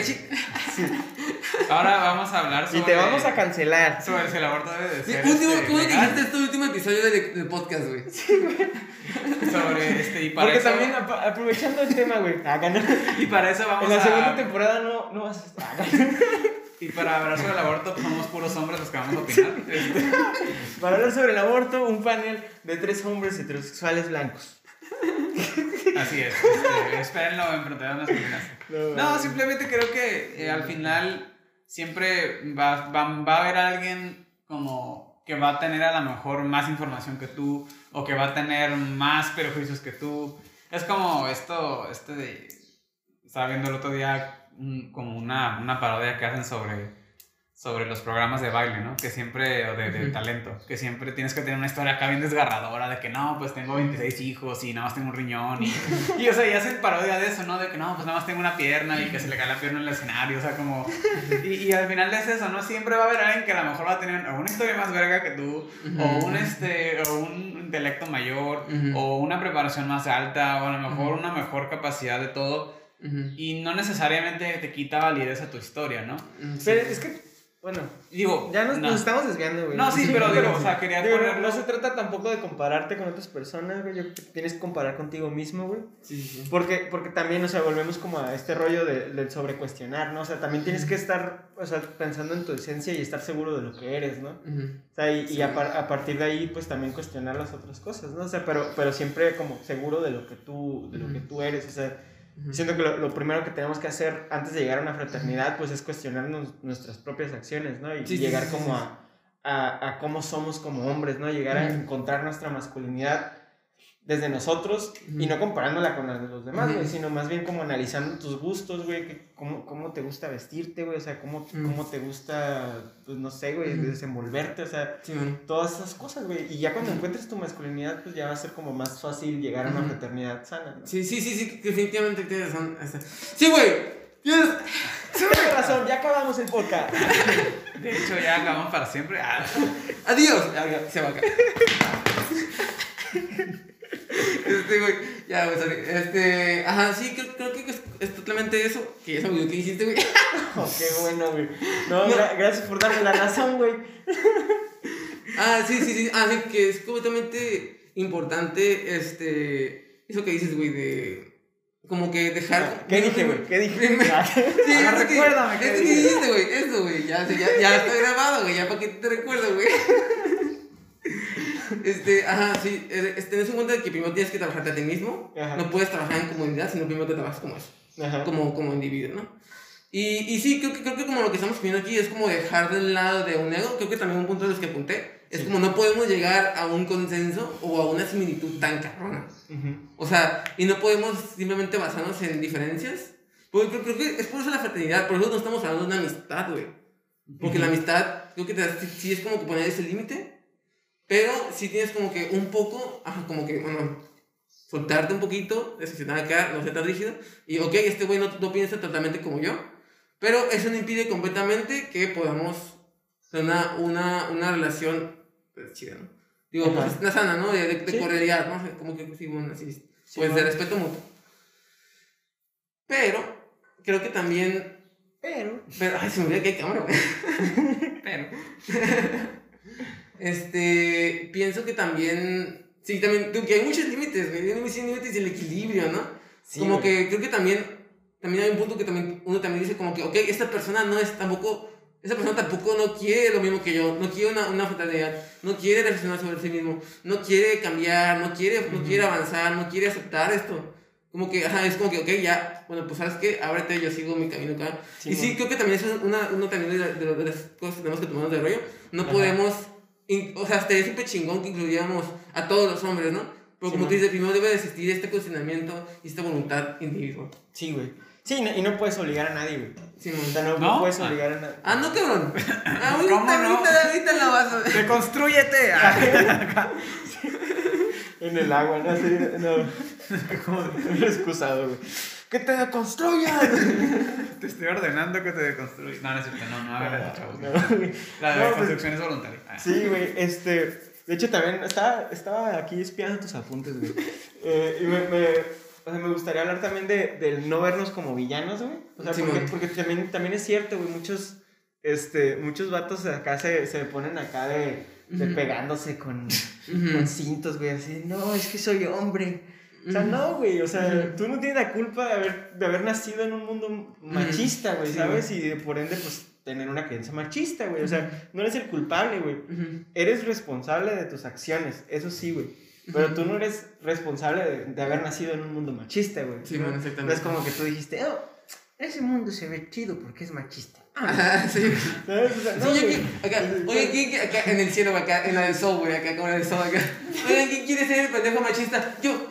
Ahora vamos a hablar sobre... Y te vamos a cancelar. Sobre si el aborto debe de ser... ¿Cómo dijiste este último episodio del podcast, güey? Sí, güey. Y para porque eso... también, aprovechando el tema, güey. Y para eso vamos en la segunda temporada no vas a... Y para hablar sobre el aborto, pues somos puros hombres los que vamos a opinar. Para hablar sobre el aborto, un panel de 3 hombres heterosexuales blancos. Así es. Espérenlo en Fronteras Masculinas. No, simplemente creo que al final siempre va a haber alguien como que va a tener a lo mejor más información que tú o que va a tener más prejuicios que tú. Es como esto de... Estaba viendo el otro día como una parodia que hacen sobre los programas de baile, ¿no? Que siempre, o de talento, que siempre tienes que tener una historia acá bien desgarradora de que no, pues tengo 26 hijos y nada más tengo un riñón y o sea, y hacen parodia de eso, ¿no? De que no, pues nada más tengo una pierna y que se le cae la pierna en el escenario, o sea, como... Y al final es eso, ¿no? Siempre va a haber alguien que a lo mejor va a tener o una historia más verga que tú, o un intelecto mayor, o una preparación más alta, o a lo mejor una mejor capacidad de todo. Y no necesariamente te quita validez a tu historia, ¿no? Pero es que, bueno, digo, ya nos estamos desviando, güey. No, sí, pero o sea, quería ponerlo... No se trata tampoco de compararte con otras personas, güey. Yo creo que tienes que comparar contigo mismo, güey. Sí. Porque también, o sea, volvemos como a este rollo del sobrecuestionar, ¿no? O sea, también tienes que estar, o sea, pensando en tu esencia y estar seguro de lo que eres, ¿no? O sea, y a partir de ahí, pues también cuestionar las otras cosas, ¿no? O sea, pero siempre como seguro de lo que tú eres, o sea... Siento que lo primero que tenemos que hacer antes de llegar a una fraternidad, pues es cuestionarnos nuestras propias acciones, ¿no? Y llegar como a cómo somos como hombres, ¿no? Llegar a encontrar nuestra masculinidad desde nosotros y no comparándola con la de los demás, güey, sino más bien como analizando tus gustos, güey, cómo te gusta vestirte, güey, o sea, cómo te gusta, pues no sé, güey, desenvolverte, o sea, todas esas cosas, güey, y ya cuando encuentres tu masculinidad, pues ya va a ser como más fácil llegar a una fraternidad sana, ¿no? Sí, definitivamente tienes razón. Sí, güey. Tienes razón, ya acabamos el podcast. De hecho, ya acabamos para siempre. Adiós. Se va acá. Güey, ya, güey, sorry. Ajá, sí, creo que es totalmente eso. Que ya se me olvidó que dijiste, güey. Oh, qué bueno, güey. No. Gracias por darme la razón, güey. Sí. Sí, que es completamente importante, eso que dices, güey, de... Como que dejar... ¿Qué dije, güey? ¿Qué dije? Sí, recuérdame. ¿Qué dijiste, güey? Eso, güey. Ya está grabado, güey. Ya para que te recuerdo, güey. Sí. Tenés en cuenta que primero tienes que trabajarte a ti mismo. Ajá. No puedes trabajar en comunidad, sino primero te trabajas como eso. Ajá. Como individuo, ¿no? Y sí, creo que como lo que estamos viendo aquí es como dejar del lado de un ego. Creo que también un punto de los que apunté es como no podemos llegar a un consenso o a una similitud tan cabrona. O sea, y no podemos simplemente basarnos en diferencias. Porque creo que es por eso la fraternidad. Por eso no estamos hablando de una amistad, güey. Porque la amistad, creo que sí es como que poner ese límite. Pero sí tienes como que un poco, como que, bueno, soltarte un poquito, decepcionar acá, no ser tan rígido. Y ok, este güey no piensa totalmente como yo. Pero eso no impide completamente que podamos tener una relación pues, chida, ¿no? Digo, pues una sana, ¿no? De ¿Sí? cordialidad, ¿no? Como que sí, bueno, así. Sí, pues bueno. De respeto mutuo. Pero, creo que también... Pero, ay, se me olvidó que hay cámara, güey. Pienso que también... Sí, también, que hay muchos límites, güey. Hay muchos límites y el equilibrio, ¿no? Sí, como güey. Que creo que también hay un punto que uno también dice como que, ok, esta persona tampoco no quiere lo mismo que yo, no quiere una fraternidad, no quiere reflexionar sobre sí mismo, no quiere cambiar, no quiere avanzar, no quiere aceptar esto. Como que, es como que, ok, ya, bueno, pues sabes qué, ábrete, yo sigo mi camino acá. Sí, y sí, creo que también eso es uno también de las cosas que tenemos que tomarnos de rollo. No podemos, o sea, estaría súper chingón que incluyéramos a todos los hombres, ¿no? Pero como tú dices, primero debe de existir este cuestionamiento y esta voluntad individual. Sí, güey. Sí, y no puedes obligar a nadie, güey. Sí, o sea, no puedes obligar a nadie. No, cabrón. Ahorita lo vas a... ¡Deconstrúyete! En el agua, ¿no? Así, no. Excusado, güey. ¡Que te deconstruyas! Te estoy ordenando que te deconstruyas. No es cierto, no hagas eso, chavos. La deconstrucción es voluntaria. Sí, güey, de hecho, también estaba aquí espiando tus apuntes, güey. Y me gustaría hablar también del no vernos como villanos, güey. O sea, porque también es cierto, güey. Muchos vatos acá se ponen acá de pegándose con cintos, güey. Así, no, es que soy hombre. O sea, no, güey. O sea, tú no tienes la culpa de haber nacido en un mundo machista, güey, ¿sabes? Y por ende, pues, tener una creencia machista, güey. O sea, no eres el culpable, güey. Eres responsable de tus acciones. Eso sí, güey. Pero tú no eres responsable de haber nacido en un mundo machista, güey. Sí, bueno, exactamente. No es como que tú dijiste, ese mundo se ve chido porque es machista. Sí. ¿Sabes? O sea, no, sí, oye, acá en el cielo, acá en la del sol, güey, acá como en el sol, acá. Oigan, ¿quién quiere ser el pendejo machista? Yo.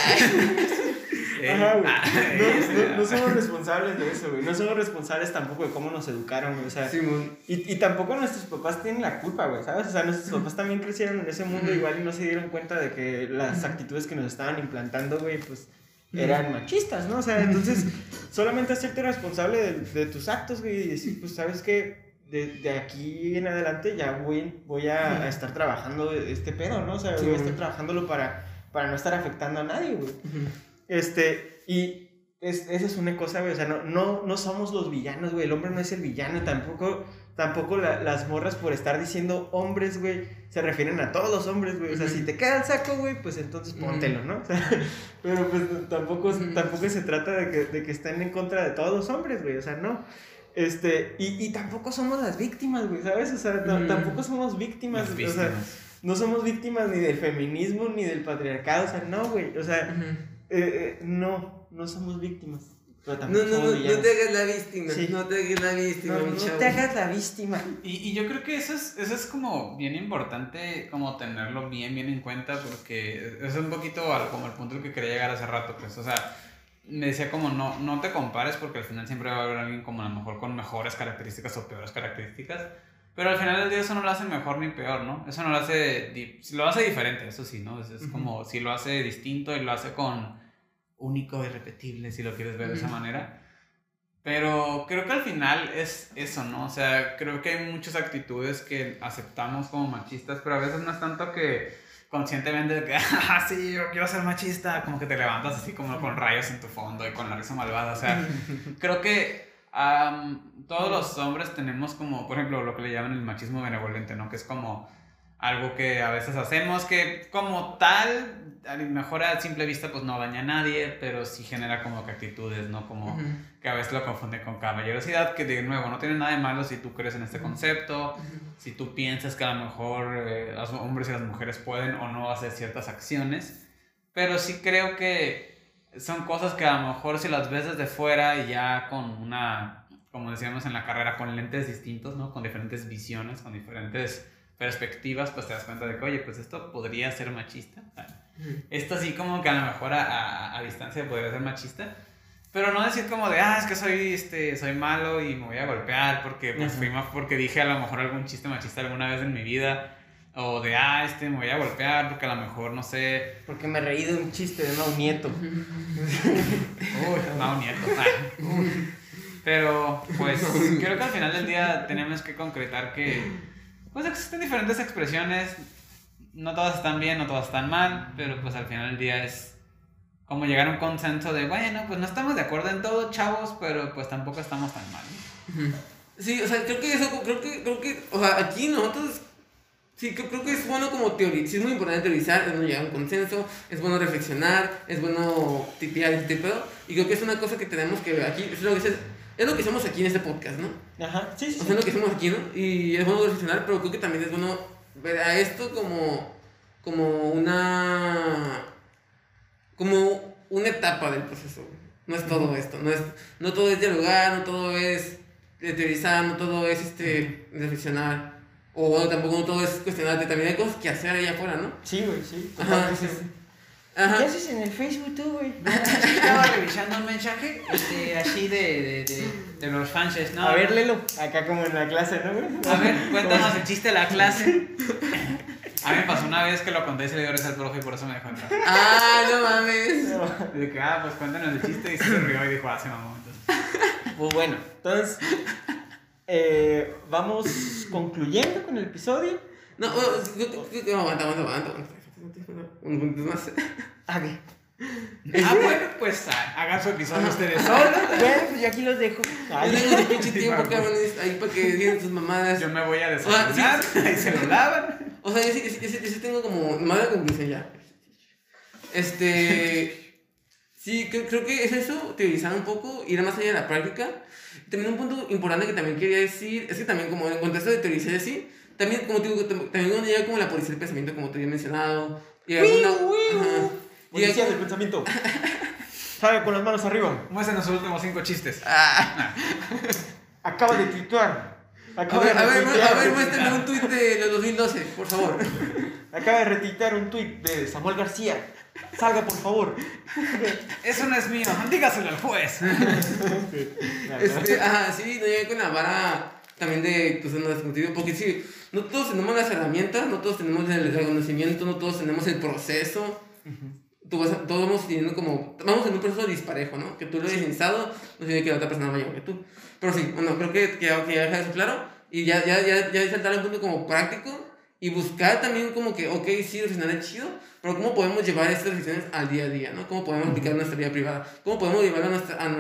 Ajá, güey. No somos responsables de eso, güey. No somos responsables tampoco de cómo nos educaron, güey. O sea, sí, y tampoco nuestros papás tienen la culpa, güey, ¿sabes? O sea, nuestros papás también crecieron en ese mundo igual y no se dieron cuenta de que las actitudes que nos estaban implantando, güey, pues eran machistas, ¿no? O sea, entonces, solamente hacerte responsable de tus actos, güey, y decir, pues, ¿sabes qué? De aquí en adelante ya voy a estar trabajando este pedo, ¿no? O sea, voy a estar trabajándolo para no estar afectando a nadie, güey. Y esa es una cosa, güey, o sea, no somos los villanos, güey, el hombre no es el villano, tampoco las morras por estar diciendo hombres, güey, se refieren a todos los hombres, güey, o sea, si te queda el saco, güey, pues entonces póntelo, ¿no? O sea, pero pues tampoco se trata de que estén en contra de todos los hombres, güey, o sea, no. Y tampoco somos las víctimas, güey, ¿sabes? O sea, tampoco somos víctimas, o sea, no somos víctimas ni del feminismo ni del patriarcado, o sea, no, güey, o sea, no somos víctimas. pero No, tampoco no, somos no, villanos. no te hagas la víctima, Sí. no te hagas la víctima, No, mi no chavo. te hagas la víctima. Y yo creo que eso es como bien importante como tenerlo bien en cuenta porque es un poquito como el punto al que quería llegar hace rato, pues, o sea, me decía como no te compares porque al final siempre va a haber alguien como a lo mejor con mejores características o peores características, pero al final del día eso no lo hace mejor ni peor, ¿no? Eso no lo hace, lo hace diferente, eso sí, ¿no? Es como si lo hace distinto y lo hace con único y repetible, si lo quieres ver de esa manera. Pero creo que al final es eso, ¿no? O sea, creo que hay muchas actitudes que aceptamos como machistas, pero a veces no es tanto que conscientemente de que, ah, sí, yo quiero ser machista, como que te levantas así como con rayos en tu fondo y con la risa malvada. O sea, creo que todos los hombres tenemos como, por ejemplo, lo que le llaman el machismo benevolente, ¿no? Que es como algo que a veces hacemos que como tal, a lo mejor a simple vista pues no daña a nadie, pero sí genera como que actitudes, ¿no? Como que a veces lo confunde con caballerosidad, que de nuevo no tiene nada de malo si tú crees en este concepto, si tú piensas que a lo mejor los hombres y las mujeres pueden o no hacer ciertas acciones, pero sí creo que son cosas que a lo mejor si las ves desde fuera y ya con una, como decíamos en la carrera, con lentes distintos, ¿no? Con diferentes visiones, con diferentes perspectivas, pues te das cuenta de que, oye, pues esto podría ser machista. Esto sí como que a lo mejor a distancia podría ser machista, pero no decir como de, es que soy malo y me voy a golpear porque pues porque dije a lo mejor algún chiste machista alguna vez en mi vida, o de, me voy a golpear porque a lo mejor, no sé... Porque me reí de un chiste de Mau Nieto. Uy, Mau Nieto. Pero, pues, creo que al final del día tenemos que concretar que pues existen diferentes expresiones, no todas están bien, no todas están mal, pero pues al final del día es como llegar a un consenso de, bueno, pues no estamos de acuerdo en todo, chavos, pero pues tampoco estamos tan mal. Sí, o sea, creo que, o sea, aquí nosotros, sí, creo que es bueno como teorizar, sí es muy importante teorizar, es bueno llegar a un consenso, es bueno reflexionar, es bueno tipear este pedo, y creo que es una cosa que tenemos que ver aquí, es lo que hacemos aquí en este podcast, ¿no? Ajá, sí. O sea, es lo que hacemos aquí, ¿no? Y es bueno reflexionar, pero creo que también es bueno ver a esto como una etapa del proceso. No es todo esto, no todo es dialogar, no todo es teorizar, no todo es reflexionar, o bueno, tampoco no todo es cuestionarte, también hay cosas que hacer allá afuera, ¿no? Sí, güey, sí. Ajá, sí. Ajá. ¿Qué haces en el Facebook tú, güey? Estaba revisando un mensaje así de los fans, ¿no? A ver, léelo. Acá como en la clase, ¿no, güey? A ver, cuéntanos el chiste de la clase. A mí me pasó una vez que lo conté y se le dio risa al profe y por eso me dejó entrar. No mames. Y de que, pues cuéntanos el chiste y se rió y dijo, se mamó. Pues bueno, entonces vamos concluyendo con el episodio. No, aguanta. Un punto más. Ok. Bueno, pues hagan su episodio ustedes solos. Bueno, pues yo aquí los dejo. Yo tengo un pinche tiempo, cabrones, ahí para que digan sus mamadas. Yo me voy a desayunar, ahí se lo lavan. O sea, yo sí tengo como mala conclusión ya. Sí, creo que es eso, teorizar un poco, ir más allá de la práctica. También un punto importante que también quería decir, es que también como en el contexto de teorizar así, también como te digo, también cuando llega como la policía del pensamiento, como te había mencionado, y alguna... Policía del pensamiento. Salga con las manos arriba. Muéstrenos los últimos 5 chistes. Acaba de tuitear. A ver, muéstrame un tuit de los 2012, por favor. Acaba de retuitear un tuit de Samuel García. Salga, por favor. Eso no es mío, dígaselo al juez. Sí, no llegué con la vara también de pues, no discutido, porque sí, no todos tenemos las herramientas, no todos tenemos el reconocimiento, no todos tenemos el proceso. Todos vamos teniendo vamos en un proceso disparejo, ¿no? Que tú lo hayas iniciado, no significa que la otra persona vaya igual que tú. Pero sí, bueno, creo que ya deja eso claro. Y ya saltar al punto como práctico y buscar también como que, ok, sí, reflexionar es chido, pero ¿cómo podemos llevar estas reflexiones al día a día, ¿no? ¿Cómo podemos aplicar nuestra vida privada? ¿Cómo podemos llevarlo a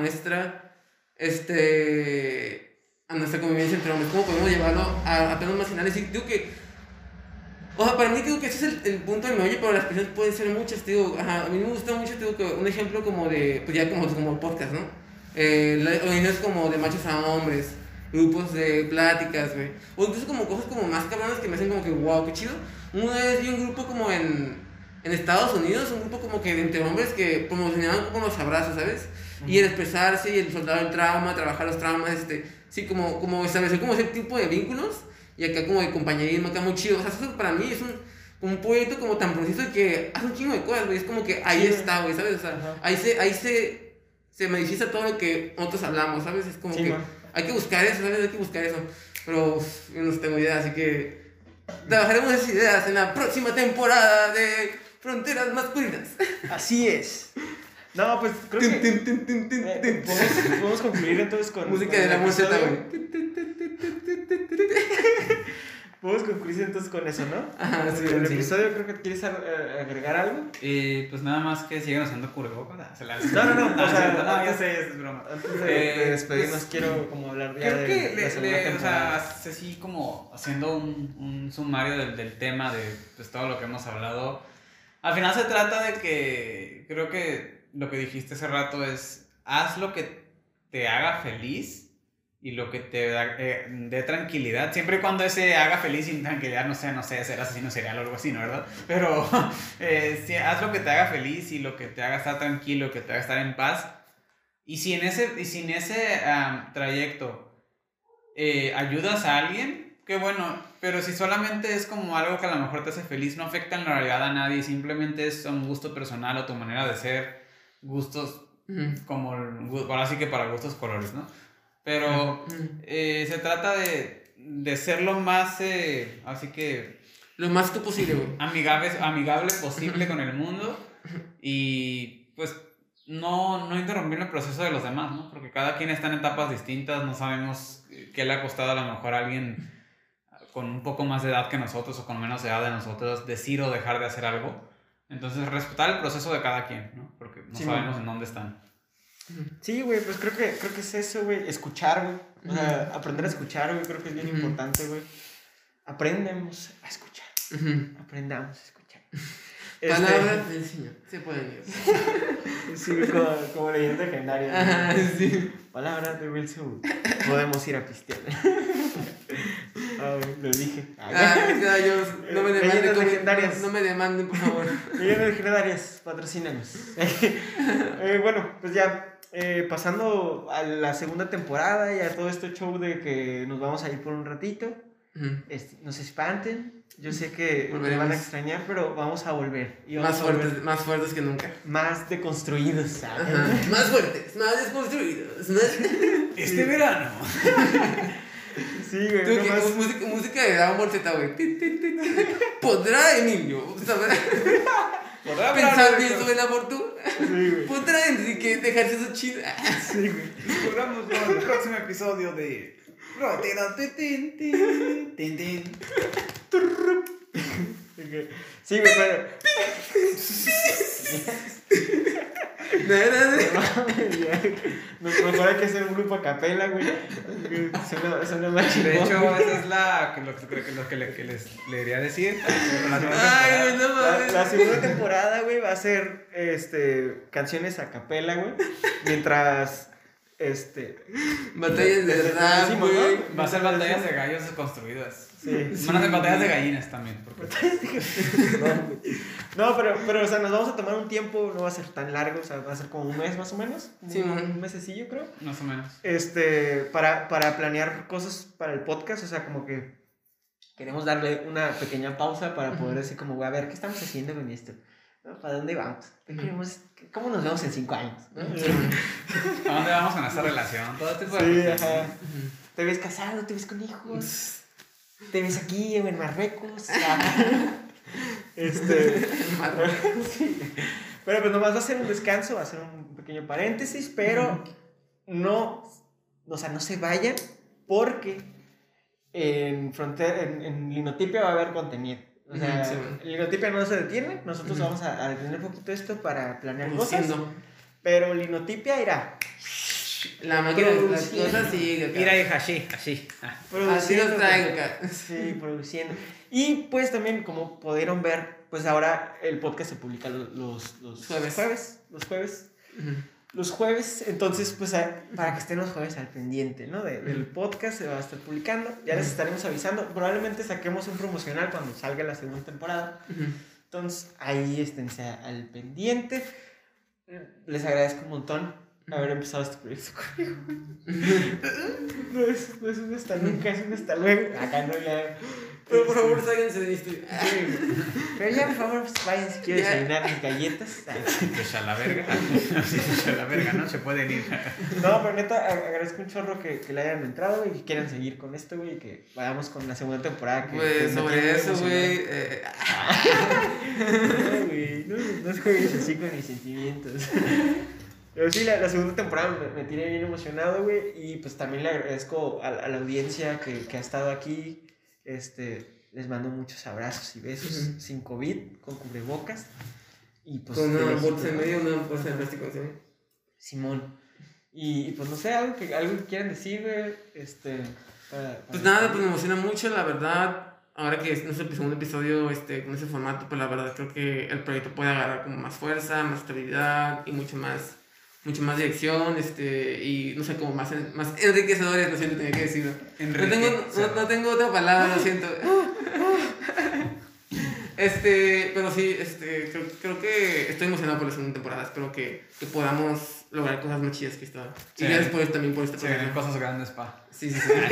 nuestra convivencia entre hombres? ¿Cómo podemos llevarlo a temas más finales? Y digo que... O sea, para mí digo que ese es el punto del meollo, pero las personas pueden ser muchas, digo, a mí me gusta mucho, digo, que un ejemplo como de, pues ya como podcast, ¿no? Organizaciones como de machos a hombres, grupos de pláticas, güey, o incluso como cosas como más cabronas que me hacen como que, wow, qué chido. Una vez vi un grupo como en Estados Unidos, un grupo como que de entre hombres que promocionaban como los abrazos, ¿sabes? Y el expresarse y el soltar el trauma, trabajar los traumas, sí, como establecer como ese tipo de vínculos y acá como de compañerismo, acá muy chido. O sea, eso para mí es un proyecto como tan preciso que hace un chingo de cosas, güey. Es como que ahí está, güey, ¿sabes? O sea, ahí se manifiesta todo lo que nosotros hablamos, ¿sabes? Es como que hay que buscar eso, ¿sabes? Hay que buscar eso. Pero yo no tengo idea, así que trabajaremos esas ideas en la próxima temporada de Fronteras Masculinas. Así es. No, pues creo que podemos concluir entonces con música de la música, güey. Podemos concluir entonces con eso, ¿no? Ajá, sí, el sí. episodio, creo que quieres agregar algo. Pues nada más que sigan usando cubrebocas. No, o sea, no, ya sé, es broma. Antes de despedirnos, pues, quiero como hablar ya creo de que la segunda o temporada. sea, así como haciendo un sumario del tema de pues, todo lo que hemos hablado. Al final se trata de que creo que lo que dijiste hace rato es haz lo que te haga feliz y lo que te dé tranquilidad, siempre y cuando ese haga feliz y tranquilidad, no sé, ser asesino serial o algo así, ¿no? ¿Verdad? Pero haz lo que te haga feliz y lo que te haga estar tranquilo, que te haga estar en paz. Y si en ese trayecto ayudas a alguien, qué bueno, pero si solamente es como algo que a lo mejor te hace feliz, no afecta en la realidad a nadie, simplemente es un gusto personal o tu manera de ser, gustos como, ahora sí que para gustos colores, ¿no? Pero se trata de ser lo más, así que... Lo más que posible, güey. Amigable posible con el mundo y pues no interrumpir el proceso de los demás, ¿no? Porque cada quien está en etapas distintas, no sabemos qué le ha costado a lo mejor a alguien con un poco más de edad que nosotros o con menos edad de nosotros decir o dejar de hacer algo. Entonces respetar el proceso de cada quien, ¿no? Porque no sabemos en dónde están. Sí, güey, pues creo que es eso, güey, escuchar, güey, o sea, aprender a escuchar, güey, creo que es bien importante, güey. Aprendemos a escuchar, aprendamos a escuchar. Palabras del Señor, se pueden ir. Sí, como leyenda legendaria. Ajá, sí. Palabras de Wilson, podemos ir a pistear. Lo dije. Gallos, no me demanden. Leyendas legendarias. No me demanden, por favor. Leyendas legendarias, patrocínanos. Bueno, pues ya pasando a la segunda temporada y a todo este show de que nos vamos a ir por un ratito. No se espanten. Yo sé que me van a extrañar, pero vamos a volver. Y vamos más fuertes que nunca. Más deconstruidos, ¿sabes? Más fuertes, más desconstruidos. Este verano. Sí, güey. Música de Dragon Ball Z, güey. ¿Podrá Emilio? ¿Sabes? ¿Podrá pensar bien sobre el aborto? Sí, güey. ¿Podrá Enrique dejarse su chido? Sí, güey. Esperamos con el próximo episodio de... Sí, güey, pero... Mejor hay que hacer un grupo a capela, güey. Suena más chingón. De hecho, esa es lo que les debería decir. La segunda temporada, güey, va a ser canciones a capela, güey. Mientras... batallas de rap, güey. Va a ser batallas de gallos desconstruidas. Sí. Van a ser batallas de gallinas también. No, pero, o sea, nos vamos a tomar un tiempo, no va a ser tan largo, o sea, va a ser como un mes más o menos. Sí, un mesecillo, creo. Más o menos. Para planear cosas para el podcast, o sea, como que queremos darle una pequeña pausa para poder decir como, güey, a ver, ¿qué estamos haciendo con esto? ¿No? ¿Para dónde vamos? ¿Cómo nos vemos en 5 años? ¿No? ¿A dónde vamos con esta relación? Todo tipo de cosas. Ajá. ¿Te ves casado? ¿Te ves con hijos? ¿Te ves aquí en Marruecos? Sí. Pero pues nomás va a ser un descanso, va a ser un pequeño paréntesis, pero no se vayan porque en Linotipia va a haber contenido. O sea, Linotipia no se detiene, nosotros vamos a detener un poquito esto para planear cosas, pero Linotipia irá. La máquina de las cosas sigue acá. Ir ahí así. Así los traigo acá. Sí, produciendo. Y pues también, como pudieron ver, pues ahora el podcast se publica los jueves. Los jueves, entonces pues para que estén los jueves al pendiente, ¿no? Del podcast se va a estar publicando. Ya les estaremos avisando. Probablemente saquemos un promocional cuando salga la segunda temporada. Entonces ahí esténse al pendiente. Les agradezco un montón haber empezado este proyecto conmigo, güey. No es un hasta nunca, es un hasta luego. Acá no ya. Pero por favor, sáquense de mi estudio. Pero ya, por favor, pues, vayan si quieren desayunar mis galletas. Pues a la verga. Sí, a la verga, ¿no? Se pueden ir. No, pero neta, agradezco un chorro que le hayan entrado, güey, y que quieran seguir con esto, güey, y que vayamos con la segunda temporada. Pues sobre eso, güey. No juegues así con mis sentimientos. Pero sí, la segunda temporada me tiene bien emocionado, güey, y pues también le agradezco a la audiencia que ha estado aquí. Les mando muchos abrazos y besos sin COVID, con cubrebocas. Y pues con una bolsa en medio, una bolsa de plástico encima. Simón. Y pues no sé, algo que quieran decir, güey. Pues nada, pues me emociona mucho, la verdad. Ahora que es nuestro segundo episodio con ese formato, pues la verdad creo que el proyecto puede agarrar como más fuerza, más estabilidad y mucho más dirección, y no sé, como más enriquecedores, lo siento, tenía que decirlo. No tengo otra palabra, lo siento. Pero sí, creo que estoy emocionado por la segunda temporada. Espero que podamos lograr cosas más chidas que esta. Sí. Y gracias también por este proyecto. Cosas grandes, pa. Sí.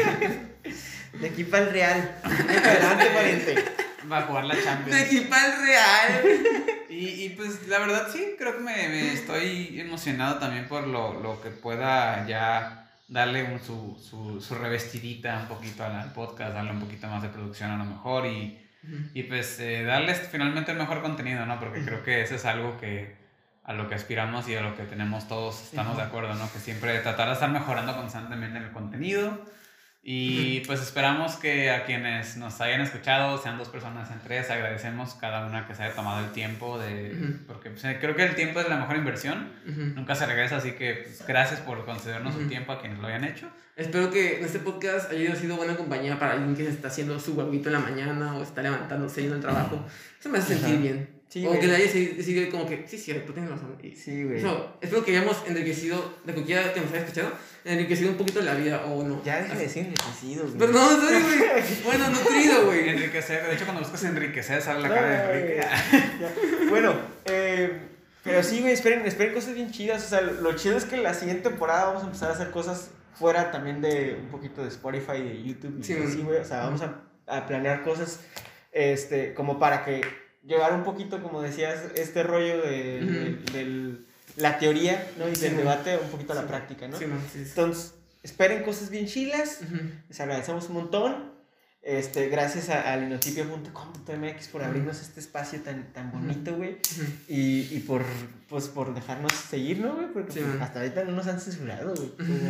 De aquí para el Real. Adelante, pariente. Va a jugar la Champions. De aquí para el Real. Y pues la verdad sí, creo que me estoy emocionado también por lo que pueda ya darle su revestidita un poquito al podcast, darle un poquito más de producción a lo mejor y pues darles finalmente el mejor contenido, ¿no? Porque creo que eso es algo a lo que aspiramos y a lo que tenemos todos, estamos de acuerdo, ¿no? Que siempre tratar de estar mejorando constantemente en el contenido. Y pues esperamos que a quienes nos hayan escuchado, sean 2 personas, sean 3, agradecemos cada una que se haya tomado el tiempo porque pues, creo que el tiempo es la mejor inversión, nunca se regresa, así que pues, gracias por concedernos un tiempo a quienes lo hayan hecho. Espero que este podcast haya sido buena compañía para alguien que se está haciendo su huevito en la mañana o está levantándose yendo al trabajo. Eso me hace sentir bien. Sí, o que le haya decidido como que, sí, cierto, tienes razón. Sí, güey. Espero que hayamos enriquecido, de cualquiera que nos haya escuchado, enriquecido un poquito la vida, o no. Ya deja de decir enriquecido, güey. Pero no, sorry, güey. Bueno, nutrido, güey. Enriquecer, de hecho cuando buscas enriquecer sale la cara de Enrique. Bueno, pero sí, güey, esperen cosas bien chidas. O sea, lo chido es que la siguiente temporada vamos a empezar a hacer cosas fuera también de un poquito de Spotify, de YouTube. Sí, güey. O sea, vamos a planear cosas como para que llevar un poquito, como decías, este rollo de la teoría, ¿no? Y del debate un poquito a la práctica, ¿no? Sí. Entonces, esperen cosas bien chilas. Les agradecemos un montón. Gracias a linotipia.com.mx por abrirnos este espacio tan bonito, güey. Y por dejarnos seguir, ¿no, güey? Porque hasta ahorita no nos han censurado, güey.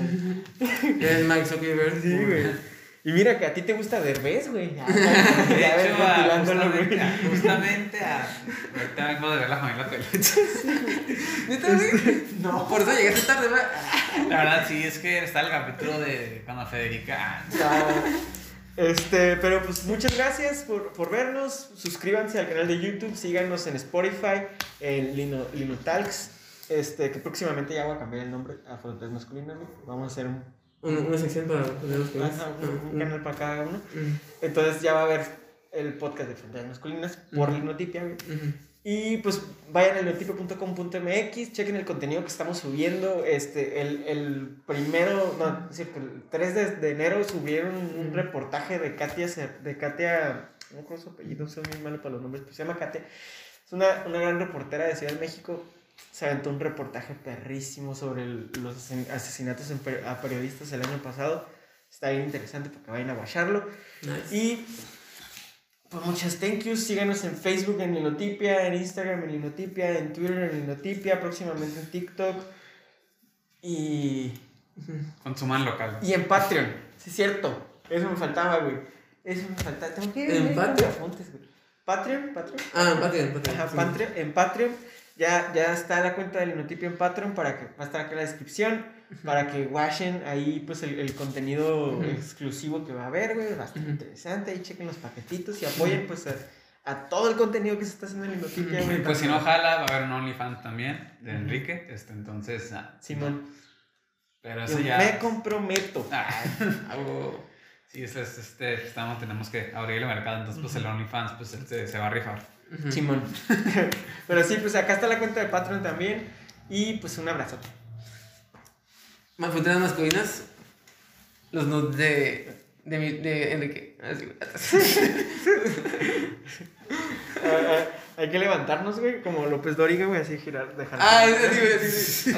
Es Mike Zuckerberg. Sí, güey. Y mira que a ti te gusta Derbez, güey. De hecho, justamente ahorita vengo de ver La Familia Peluche. ¿Neta, güey? No, por eso llegaste tarde, ¿verdad? La verdad, sí, es que está el capítulo de cuando Federica... Pero pues muchas gracias por vernos. Suscríbanse al canal de YouTube, síganos en Spotify, en Linotalks. Que próximamente ya voy a cambiar el nombre a Fronteras Masculinas, ¿no? Vamos a hacer una sección para poner los temas. Un canal para cada uno. Entonces ya va a haber el podcast de Fronteras Masculinas por Linotipia, güey. Y pues vayan a linotipia.com.mx, chequen el contenido que estamos subiendo. El 3 de enero subieron un reportaje de Katia, no recuerdo su apellido, soy muy malo para los nombres, pero se llama Katia. Es una gran reportera de Ciudad de México. Se aventó un reportaje perrísimo sobre los asesinatos a periodistas el año pasado. Está bien interesante para que vayan a watcharlo. Nice. Y pues muchas thank yous. Síganos en Facebook en Linotipia, en Instagram en Linotipia, en Twitter en Linotipia, próximamente en TikTok. Y consuman local. Y en Patreon. Sí, es cierto. Eso me faltaba, güey. Tengo que ir en Patreon. Patreon. En Patreon. Ajá, Patreon. En Patreon. Ya está la cuenta de Linotipia en Patreon, va a estar aquí en la descripción, para que watchen ahí pues el contenido exclusivo que va a haber, güey, bastante interesante. Ahí chequen los paquetitos y apoyen pues a todo el contenido que se está haciendo en Linotipia, güey. Pues si no jala, va a haber un OnlyFans también de Enrique, entonces... Simón. Pero eso yo ya... me comprometo. Sí, tenemos que abrir el mercado, entonces pues el OnlyFans pues se va a rifar. Simón. Pero sí, pues acá está la cuenta de Patreon también. Y pues un abrazote. Fronteras masculinas. Los nudes de Enrique. Hay que levantarnos, güey, como López Dóriga, güey, así girar, dejar. Sí.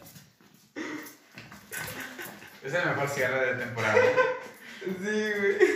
Es el mejor cierre de temporada. Sí, güey.